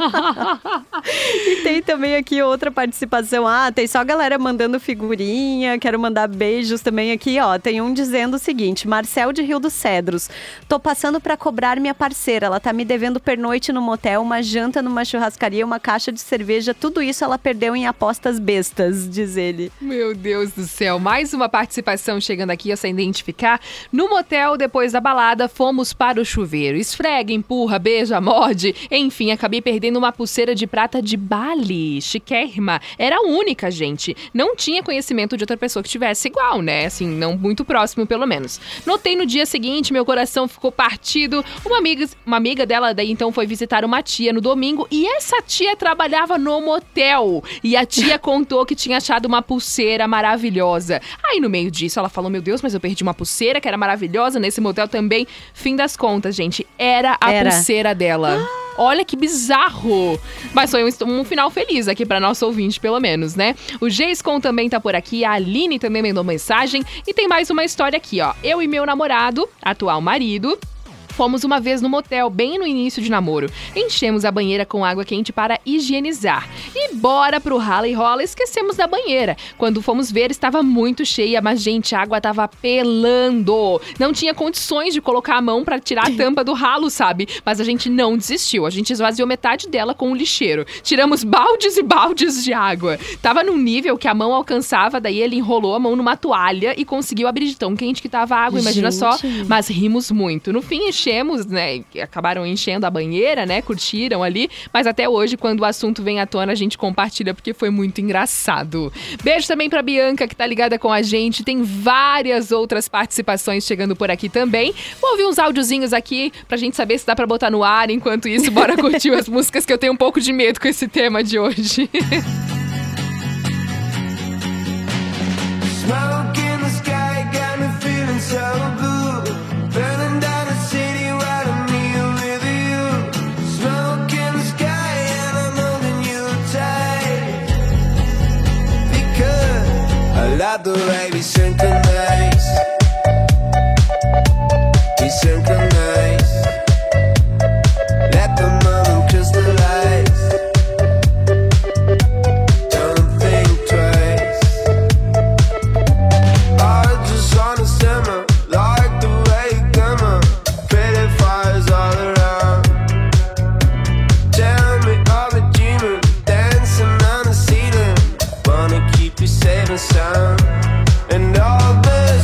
E tem também aqui outra participação. Ah, tem só a galera mandando figurinha. Quero mandar beijos também aqui, ó. Tem um dizendo o seguinte: Marcel de Rio dos Cedros. Tô passando pra cobrar minha parceira. Ela tá me devendo pernoite no motel, uma janta numa churrascaria, uma caixa de cerveja. Tudo isso ela perdeu em apostas bestas, diz ele. Meu Deus do céu, mais uma participação chegando aqui, sem identificar. No motel, depois da balada, fomos para o chuveiro. Esfrega, empurra, beija, morde. Enfim, acabei perdendo uma pulseira de prata de Bali. Chiquérrima. Era a única, gente. Não tinha conhecimento de outra pessoa que tivesse igual, né? Assim, não muito próximo, pelo menos. Notei no dia seguinte, meu coração ficou partido. Uma amiga, uma amiga dela, daí então, foi visitar uma tia no domingo. E essa tia trabalhava no motel. E a tia contou que tinha achado uma pulseira maravilhosa. Aí, no meio disso, ela falou, meu Deus, mas eu perdi uma pulseira que era maravilhosa nesse motel também. Fim das contas, gente, era a Era. pulseira dela. Olha que bizarro! Mas foi um, um final feliz aqui pra nosso ouvinte, pelo menos, né? O Geiscon também tá por aqui, a Aline também mandou mensagem. E tem mais uma história aqui, ó. Eu e meu namorado, atual marido, fomos uma vez no motel, bem no início de namoro. Enchemos a banheira com água quente para higienizar. E bora pro rala e rola, esquecemos da banheira. Quando fomos ver, estava muito cheia, mas, gente, a água tava pelando. Não tinha condições de colocar a mão para tirar a tampa do ralo, sabe? Mas a gente não desistiu. A gente esvaziou metade dela com o lixeiro. Tiramos baldes e baldes de água. Tava num nível que a mão alcançava, daí ele enrolou a mão numa toalha e conseguiu abrir de tão quente que tava a água, imagina Gente. só. Mas rimos muito. No fim, enchemos, né? Acabaram enchendo a banheira, né? Curtiram ali. Mas até hoje, quando o assunto vem à tona, a gente compartilha porque foi muito engraçado. Beijo também pra Bianca, que tá ligada com a gente. Tem várias outras participações chegando por aqui também. Vou ouvir uns áudiozinhos aqui pra gente saber se dá pra botar no ar. Enquanto isso, bora curtir as músicas, que eu tenho um pouco de medo com esse tema de hoje. Smoke in the sky got me feeling so blue. Burning down the city right on me with you. Smoke in the sky and I'm holding you tight. Because I love the way we synchronize. We synchronize. Let the moment crystallize. Don't think twice. I just wanna simmer, like the way you glimmer. Pretty fires all around. Tell me all the dreaming, dancing on the ceiling. Wanna keep you safe and sound. And all the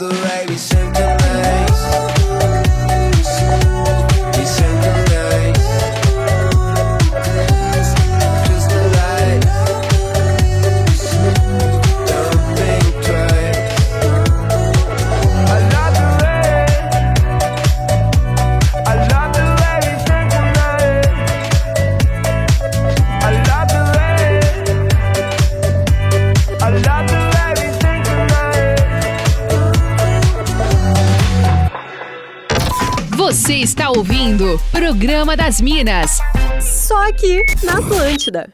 the way we synchronize. We synchronize. Crystal light. Don't think twice. I love the way. I love the way we synchronize. I love the way. I love the way we synchronize. Você está ouvindo Programa das Minas. Só aqui na Atlântida.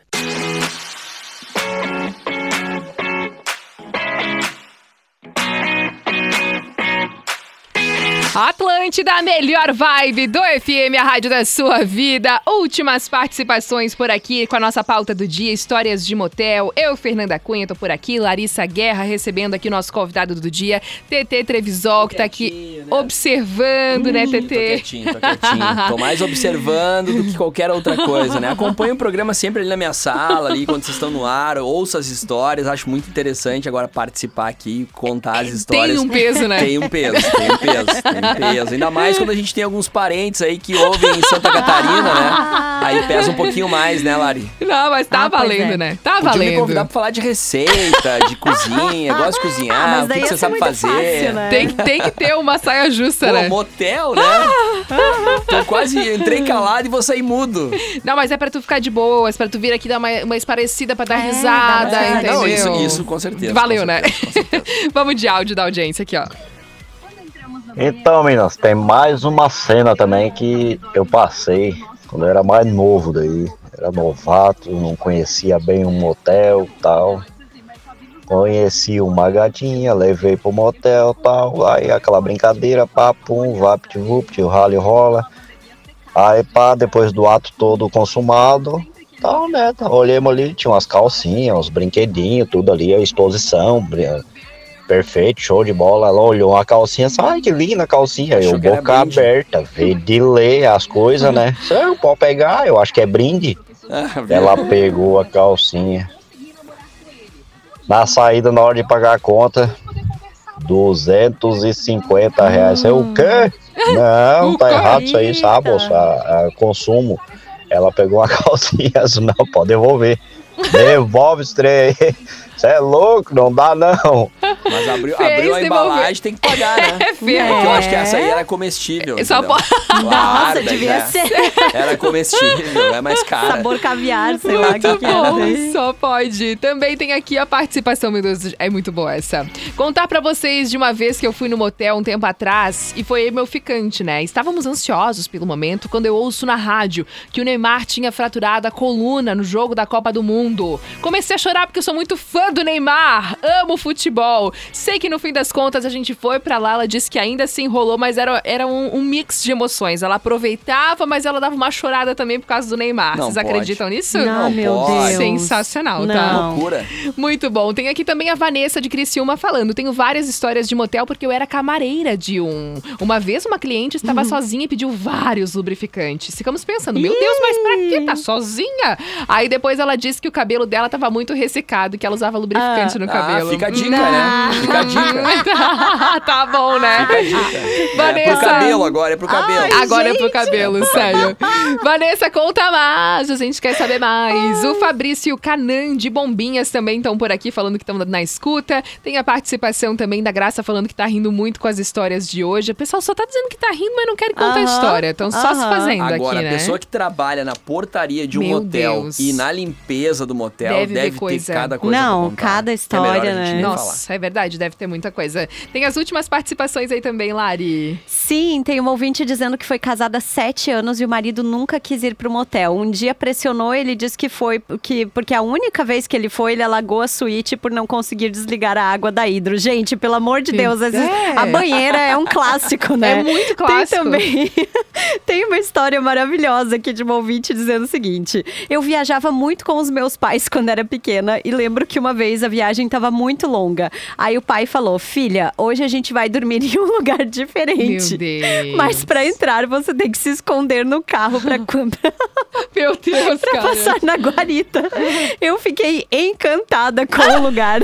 Atlântida, a melhor vibe do F M, a rádio da sua vida. Últimas participações por aqui com a nossa pauta do dia, histórias de motel. Eu, Fernanda Cunha, tô por aqui. Larissa Guerra recebendo aqui o nosso convidado do dia, T T Trevisol, que tá aqui, né, observando, hum, né, T T? Tô quietinho, tô quietinho. Tô mais observando do que qualquer outra coisa, né? Acompanho o programa sempre ali na minha sala, ali quando vocês estão no ar, ouço as histórias. Acho muito interessante agora participar aqui, contar as histórias. Tem um peso, né? Tem um peso, tem um peso, tem um peso. Ainda mais quando a gente tem alguns parentes aí que ouvem em Santa Catarina, né? Aí pesa um pouquinho mais, né, Lari? Não, mas tá Ah, pois valendo, é. né? Tá Podia valendo. me convidar pra falar de receita, de cozinha, gosto de Ah, cozinhar, mas o daí que, que ia você ser sabe muito fazer. fácil, né? Tem, tem que ter uma saia justa, Pô, né? motel, né? Tô quase, entrei calado e vou sair mudo. Não, mas é pra tu ficar de boas, pra tu vir aqui dar uma, uma esparecida pra dar É, risada, dá uma entendeu? Não, isso, isso com certeza. Valeu, com né? certeza, com certeza. Vamos de áudio da audiência aqui, ó. Então, meninas, tem mais uma cena também que eu passei quando eu era mais novo daí. Era novato, não conhecia bem um motel e tal. Conheci uma gatinha, levei pro motel e tal. Aí aquela brincadeira, pá, pum, vapt-vupt, o rally rola. Aí pá, depois do ato todo consumado, tal, né? Olhemos ali, tinha umas calcinhas, uns brinquedinhos, tudo ali, a exposição, brin- perfeito, show de bola. Ela olhou a calcinha, assim, ai que linda a calcinha. Achou Eu, que era boca brinde. aberta, veio de ler as coisas, né? Você pode pegar, eu acho que é brinde. Ah, viu? Ela pegou a calcinha. Na saída, na hora de pagar a conta, duzentos e cinquenta reais. Eu, o quê? Não, tá errado isso aí, sabe, moço? A, a consumo. Ela pegou a calcinha, não, pode devolver. Devolve esse trem aí. Você é louco, não dá não. Mas abriu, Fez, abriu a devolver. embalagem, tem que pagar, né? É, Porque eu acho que essa aí era comestível. Só entendeu? pode- Claro, Nossa, daí devia já ser Era comestível, é mais caro. sabor caviar, sei lá o Muito que que era. bom, só pode. Também tem aqui a participação, meu Deus, é muito boa essa. Contar pra vocês de uma vez que eu fui no motel um tempo atrás e foi meu ficante, né? Estávamos ansiosos pelo momento quando eu ouço na rádio que o Neymar tinha fraturado a coluna no jogo da Copa do Mundo. Comecei a chorar porque eu sou muito fã do Neymar, amo futebol. Sei que no fim das contas a gente foi pra lá, ela disse que ainda se enrolou, mas era, era um, um mix de emoções. Ela aproveitava, mas ela dava uma chorada também por causa do Neymar. Não Vocês pode. acreditam nisso? Não, meu pode. Deus. Sensacional, tá? Não. Loucura. Muito bom. Tem aqui também a Vanessa de Criciúma falando. Tenho várias histórias de motel porque eu era camareira de um. Uma vez uma cliente estava sozinha e pediu vários lubrificantes. Ficamos pensando, meu Deus, mas pra que tá sozinha? Aí depois ela disse que o cabelo dela tava muito ressecado, que ela usava lubrificante no Ah, cabelo. fica a dica, né? Fica a dica. Tá bom, né? Fica a dica. É Vanessa. pro cabelo agora, é pro cabelo. Ai, Agora é pro gente. cabelo, sério. Vanessa, conta mais, a gente quer saber mais. O Fabrício e o Canan de Bombinhas também estão por aqui falando que estão na escuta. Tem a participação também da Graça falando que tá rindo muito com as histórias de hoje. O pessoal só tá dizendo que tá rindo, mas não quer contar a Aham, história. Estão só se aham. fazendo Agora, aqui, a né? pessoa que trabalha na portaria de um Meu motel Deus. e na limpeza do motel Deve deve, ver coisa. ter cada coisa Não, pra contar. cada É história, melhor a gente né? nem Nossa, falar. é verdade, deve ter muita coisa. Tem as últimas participações aí também, Lari. Sim, tem uma ouvinte dizendo que foi casada há sete anos e o marido nunca quis ir pro motel. Um dia pressionou, ele disse que foi que, porque a única vez que ele foi, ele alagou a suíte por não conseguir desligar a água da hidro. Gente, pelo amor de Deus, esses- É. a banheira é um clássico, né? É muito clássico. Tem também tem uma história maravilhosa aqui de uma ouvinte dizendo o seguinte: eu viajava muito com os meus pais quando era pequena e lembro que uma vez a viagem estava muito longa. Aí o pai falou: filha, hoje a gente vai dormir em um lugar diferente. Meu Deus. Mas pra entrar você tem que se esconder no carro pra, Meu Deus, pra cara. passar na guarita. Eu fiquei encantada com o lugar.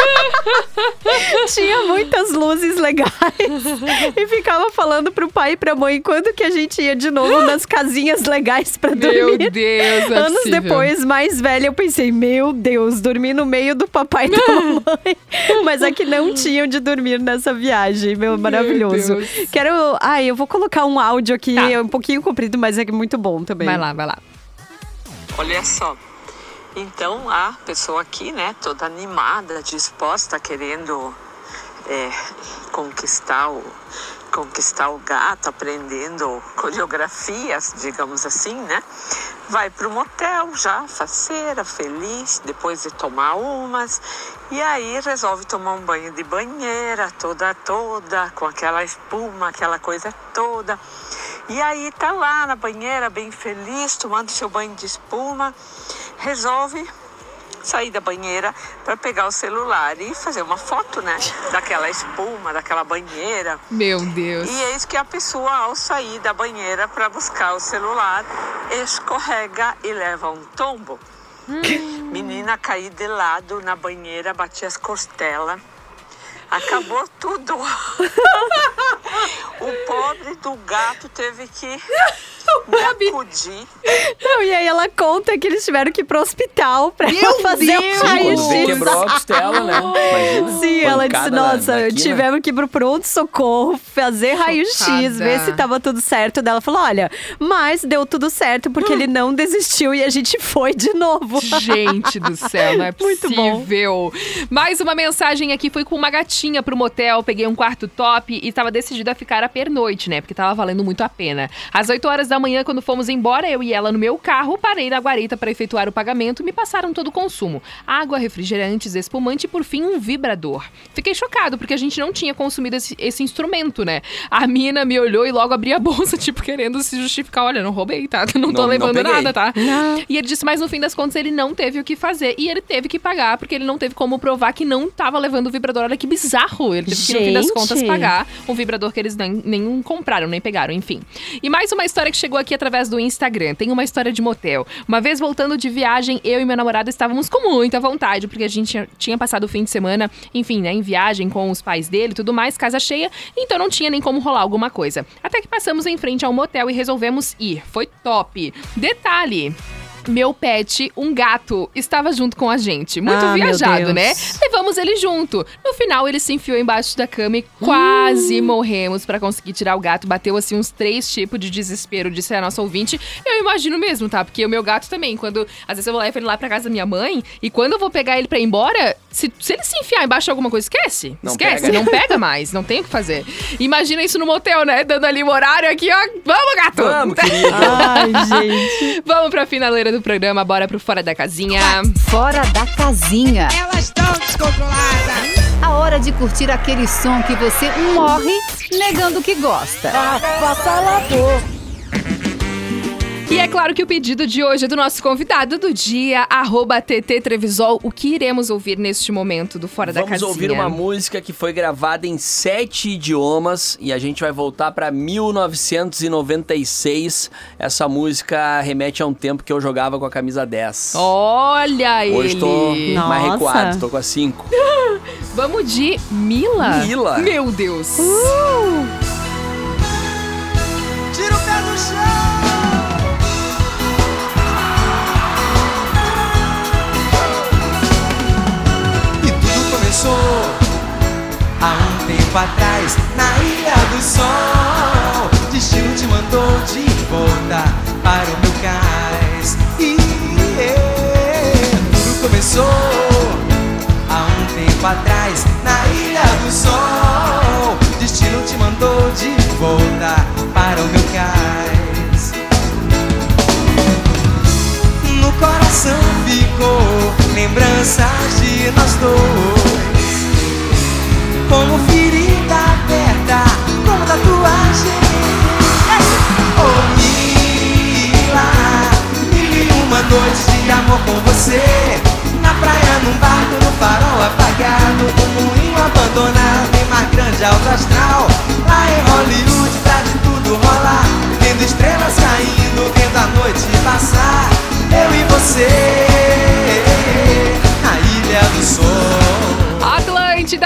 Tinha muitas luzes legais. E ficava falando pro pai e pra mãe quando que a gente ia de novo nas casinhas legais pra dormir. Meu Deus, não é Anos possível. depois, mais velha, eu pensei, meu Deus, dormi no meio do papai e da mamãe. Mas é que não tinham de dormir nessa viagem, meu, maravilhoso. Deus. Quero, ai, eu vou colocar um áudio aqui, Tá. é um pouquinho comprido, mas é muito bom também. Vai lá, vai lá. Olha só, então a pessoa aqui, né, toda animada, disposta, querendo é, conquistar, o, conquistar o gato, aprendendo coreografias, digamos assim, né, vai pro motel já, faceira, feliz, depois de tomar umas, e aí resolve tomar um banho de banheira, toda, toda, com aquela espuma, aquela coisa toda. E aí tá lá na banheira, bem feliz, tomando seu banho de espuma, resolve sair da banheira para pegar o celular e fazer uma foto, né, daquela espuma, daquela banheira. Meu Deus. E eis que a pessoa, ao sair da banheira para buscar o celular, escorrega e leva um tombo. Hum. Menina caiu de lado na banheira, bati as costelas. Acabou tudo. O pobre do gato teve que me acudir. Não, e aí ela conta que eles tiveram que ir pro hospital pra Meu ela fazer Deus! um raio-x. Você quebrou a costela, né? Imagina. Sim, ela disse, Pancada na- nossa, na quina. tivemos que ir pro pronto-socorro, fazer raio-x, Chocada. ver se tava tudo certo. Daí ela falou, olha, mas deu tudo certo porque ele não desistiu e a gente foi de novo. Gente do céu, não é Muito bom. possível. Mais uma mensagem aqui, foi com uma gatinha pro motel, peguei um quarto top e tava decidida a ficar a pernoite, né? Porque tava valendo muito a pena. Às oito horas da manhã, quando fomos embora, eu e ela no meu carro, parei na guarita para efetuar o pagamento e me passaram todo o consumo. Água, refrigerantes, espumante e, por fim, um vibrador. Fiquei chocado, porque a gente não tinha consumido esse, esse instrumento, né? A mina me olhou e logo abriu a bolsa, tipo, querendo se justificar. Olha, não roubei, tá? Não tô Não- não levando peguei. nada, tá? Não. E ele disse, mas no fim das contas, ele não teve o que fazer. E ele teve que pagar, porque ele não teve como provar que não tava levando o vibrador. Olha que bizarro. Ele teve que, no fim das Gente. contas, pagar um vibrador que eles nem, nem compraram, nem pegaram, enfim. E mais uma história que chegou aqui através do Instagram. Tem uma história de motel. Uma vez voltando de viagem, eu e meu namorado estávamos com muita vontade, porque a gente tinha, tinha passado o fim de semana, enfim, né, em viagem com os pais dele e tudo mais, casa cheia, então não tinha nem como rolar alguma coisa. Até que passamos em frente ao motel e resolvemos ir. Foi top. Detalhe. Meu pet, um gato, estava junto com a gente. Muito Ah, meu viajado, Deus. né? Levamos ele junto. No final, ele se enfiou embaixo da cama e quase morremos pra conseguir tirar o gato. Bateu, assim, uns três tipos de desespero, disse a nossa ouvinte. Eu imagino mesmo, tá? Porque o meu gato também, quando... Às vezes eu vou levar ele lá pra casa da minha mãe e quando eu vou pegar ele pra ir embora, se, se ele se enfiar embaixo de alguma coisa, esquece. Não esquece, pega. não pega mais. Não tem o que fazer. Imagina isso no motel, né? Dando ali o horário aqui, ó. Vamos, gato! Vamos, querido. Ai, gente. Vamos pra finaleira do programa, bora pro Fora da Casinha. Fora da casinha. Elas estão descontroladas. A hora de curtir aquele som que você morre negando que gosta. E é claro que o pedido de hoje é do nosso convidado do dia, arroba T T Trevisol. O que iremos ouvir neste momento do Fora da Vamos Casinha? ouvir uma música que foi gravada em sete idiomas e a gente vai voltar para mil novecentos e noventa e seis. Essa música remete a um tempo que eu jogava com a camisa dez. Olha ele! Hoje tô mais Nossa. recuado, tô com a cinco. Vamos de Mila? Mila. Meu Deus! Tira o pé do chão. E tudo começou há um tempo atrás, na Ilha do Sol. Destino te mandou de volta para o meu cais. E tudo começou há um tempo atrás, na Ilha do Sol. Destino te mandou de volta para o meu cais. No coração ficou lembranças de nós dois, como ferida aberta, como tatuagem. Oh, Mila, mil e uma noites de amor com você, na praia, num barco, no farol apagado, um moinho abandonado em mar grande, alto astral. Lá em Hollywood, pra de tudo rolar, vendo estrelas caindo, vendo a noite passar.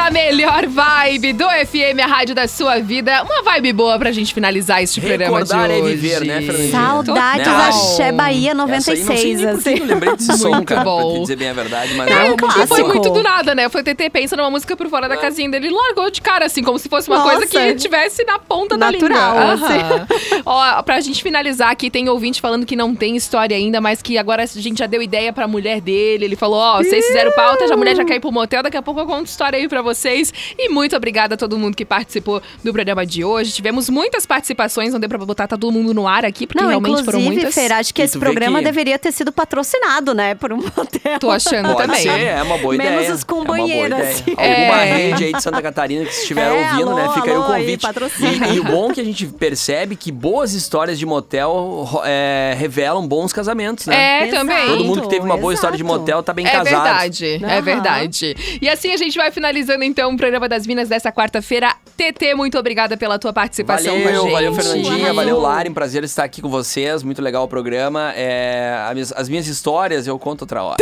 A melhor vibe do F M, a rádio da sua vida. Uma vibe boa pra gente finalizar este programa de Recordar é hoje. viver, né, Fernandinha? Saudades Né? Axé Bahia noventa e Essa aí, seis. não sei nem por que eu lembrei desse som, Muito cara, bom. pra te dizer bem a verdade, mas É, é uma porque música foi boa. muito do nada, né? Foi o T T pensa numa música por fora da casinha dele e largou de cara, assim, como se fosse uma Nossa. coisa que tivesse na ponta Natural, da língua. assim. Aham. Ó, pra gente finalizar aqui, tem ouvinte falando que não tem história ainda, mas que agora a gente já deu ideia pra mulher dele. Ele falou, ó, vocês fizeram pauta, já a mulher já quer ir pro motel, daqui a pouco eu conto história aí pra vocês. E muito obrigada a todo mundo que participou do programa de hoje. Tivemos muitas participações, não deu pra botar todo mundo no ar aqui, porque Não, realmente foram inclusive, muitas. Fer, acho que E esse tu vê programa que- deveria ter sido patrocinado, né, por um motel. Tô achando Pode também. ser, é uma boa Menos ideia. os com é uma boa banheiro, ideia. assim. Alguma É. rede aí de Santa Catarina que estiver É, ouvindo, né? alô, Fica aí o alô, aí, convite. patrocina. e, e o bom é que a gente percebe que boas histórias de motel ro- é, revelam bons casamentos, né? É, também. Todo mundo que teve uma boa exato. história de motel tá bem É casado. verdade, é Aham. verdade. E assim a gente vai finalizando então o programa das Minas dessa quarta-feira. T T, muito obrigada pela tua participação com a Valeu, gente. valeu Fernandinha, Arrasou. valeu Lari, um prazer estar aqui com vocês, muito legal o programa. É, as, minhas, as minhas histórias eu conto outra hora.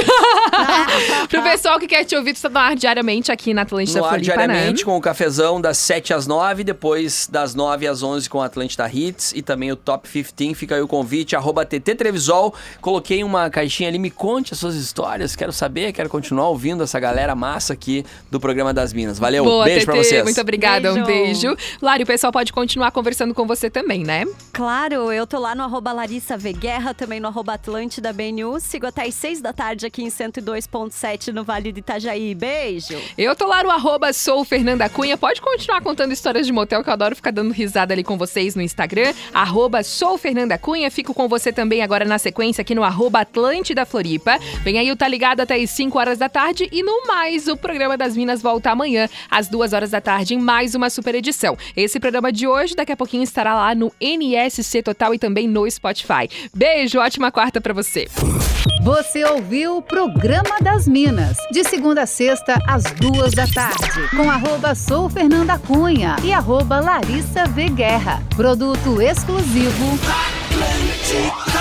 Pro pessoal que quer te ouvir, tu tá no ar diariamente aqui na Atlântida No ar Floripa, diariamente né? com o cafezão das sete às nove, depois das nove às onze com a Atlântida Hits e também o Top quinze. Fica aí o convite, arroba T T Trevisol. Coloquei uma caixinha ali, me conte as suas histórias, quero saber, quero continuar ouvindo essa galera massa aqui do programa das Minas. Valeu, Boa, beijo T T, pra vocês. muito obrigada, um Beijo. beijo. Lari, o pessoal pode continuar conversando com você também, né? Claro, eu tô lá no arroba Larissa V Guerra, também no arroba Atlântida B N U. Sigo até às seis da tarde aqui em cento e dois ponto sete no Vale do Itajaí. Beijo! Eu tô lá no arroba sou Fernanda Cunha. Pode continuar contando histórias de motel, que eu adoro ficar dando risada ali com vocês no Instagram. Arroba sou Fernanda Cunha. Fico com você também agora na sequência aqui no arroba Atlântida Floripa. Vem aí o Tá Ligado até às cinco horas da tarde. E no mais, o programa das Minas volta amanhã às duas horas da tarde em mais uma super edição. Esse programa de hoje, daqui a pouquinho, estará lá no N S C Total e também no Spotify. Beijo, ótima quarta pra você. Você ouviu o Programa das Minas, de segunda a sexta, às duas da tarde, com arroba Sou Fernanda Cunha e arroba Larissa V Guerra. Produto exclusivo Atlântica.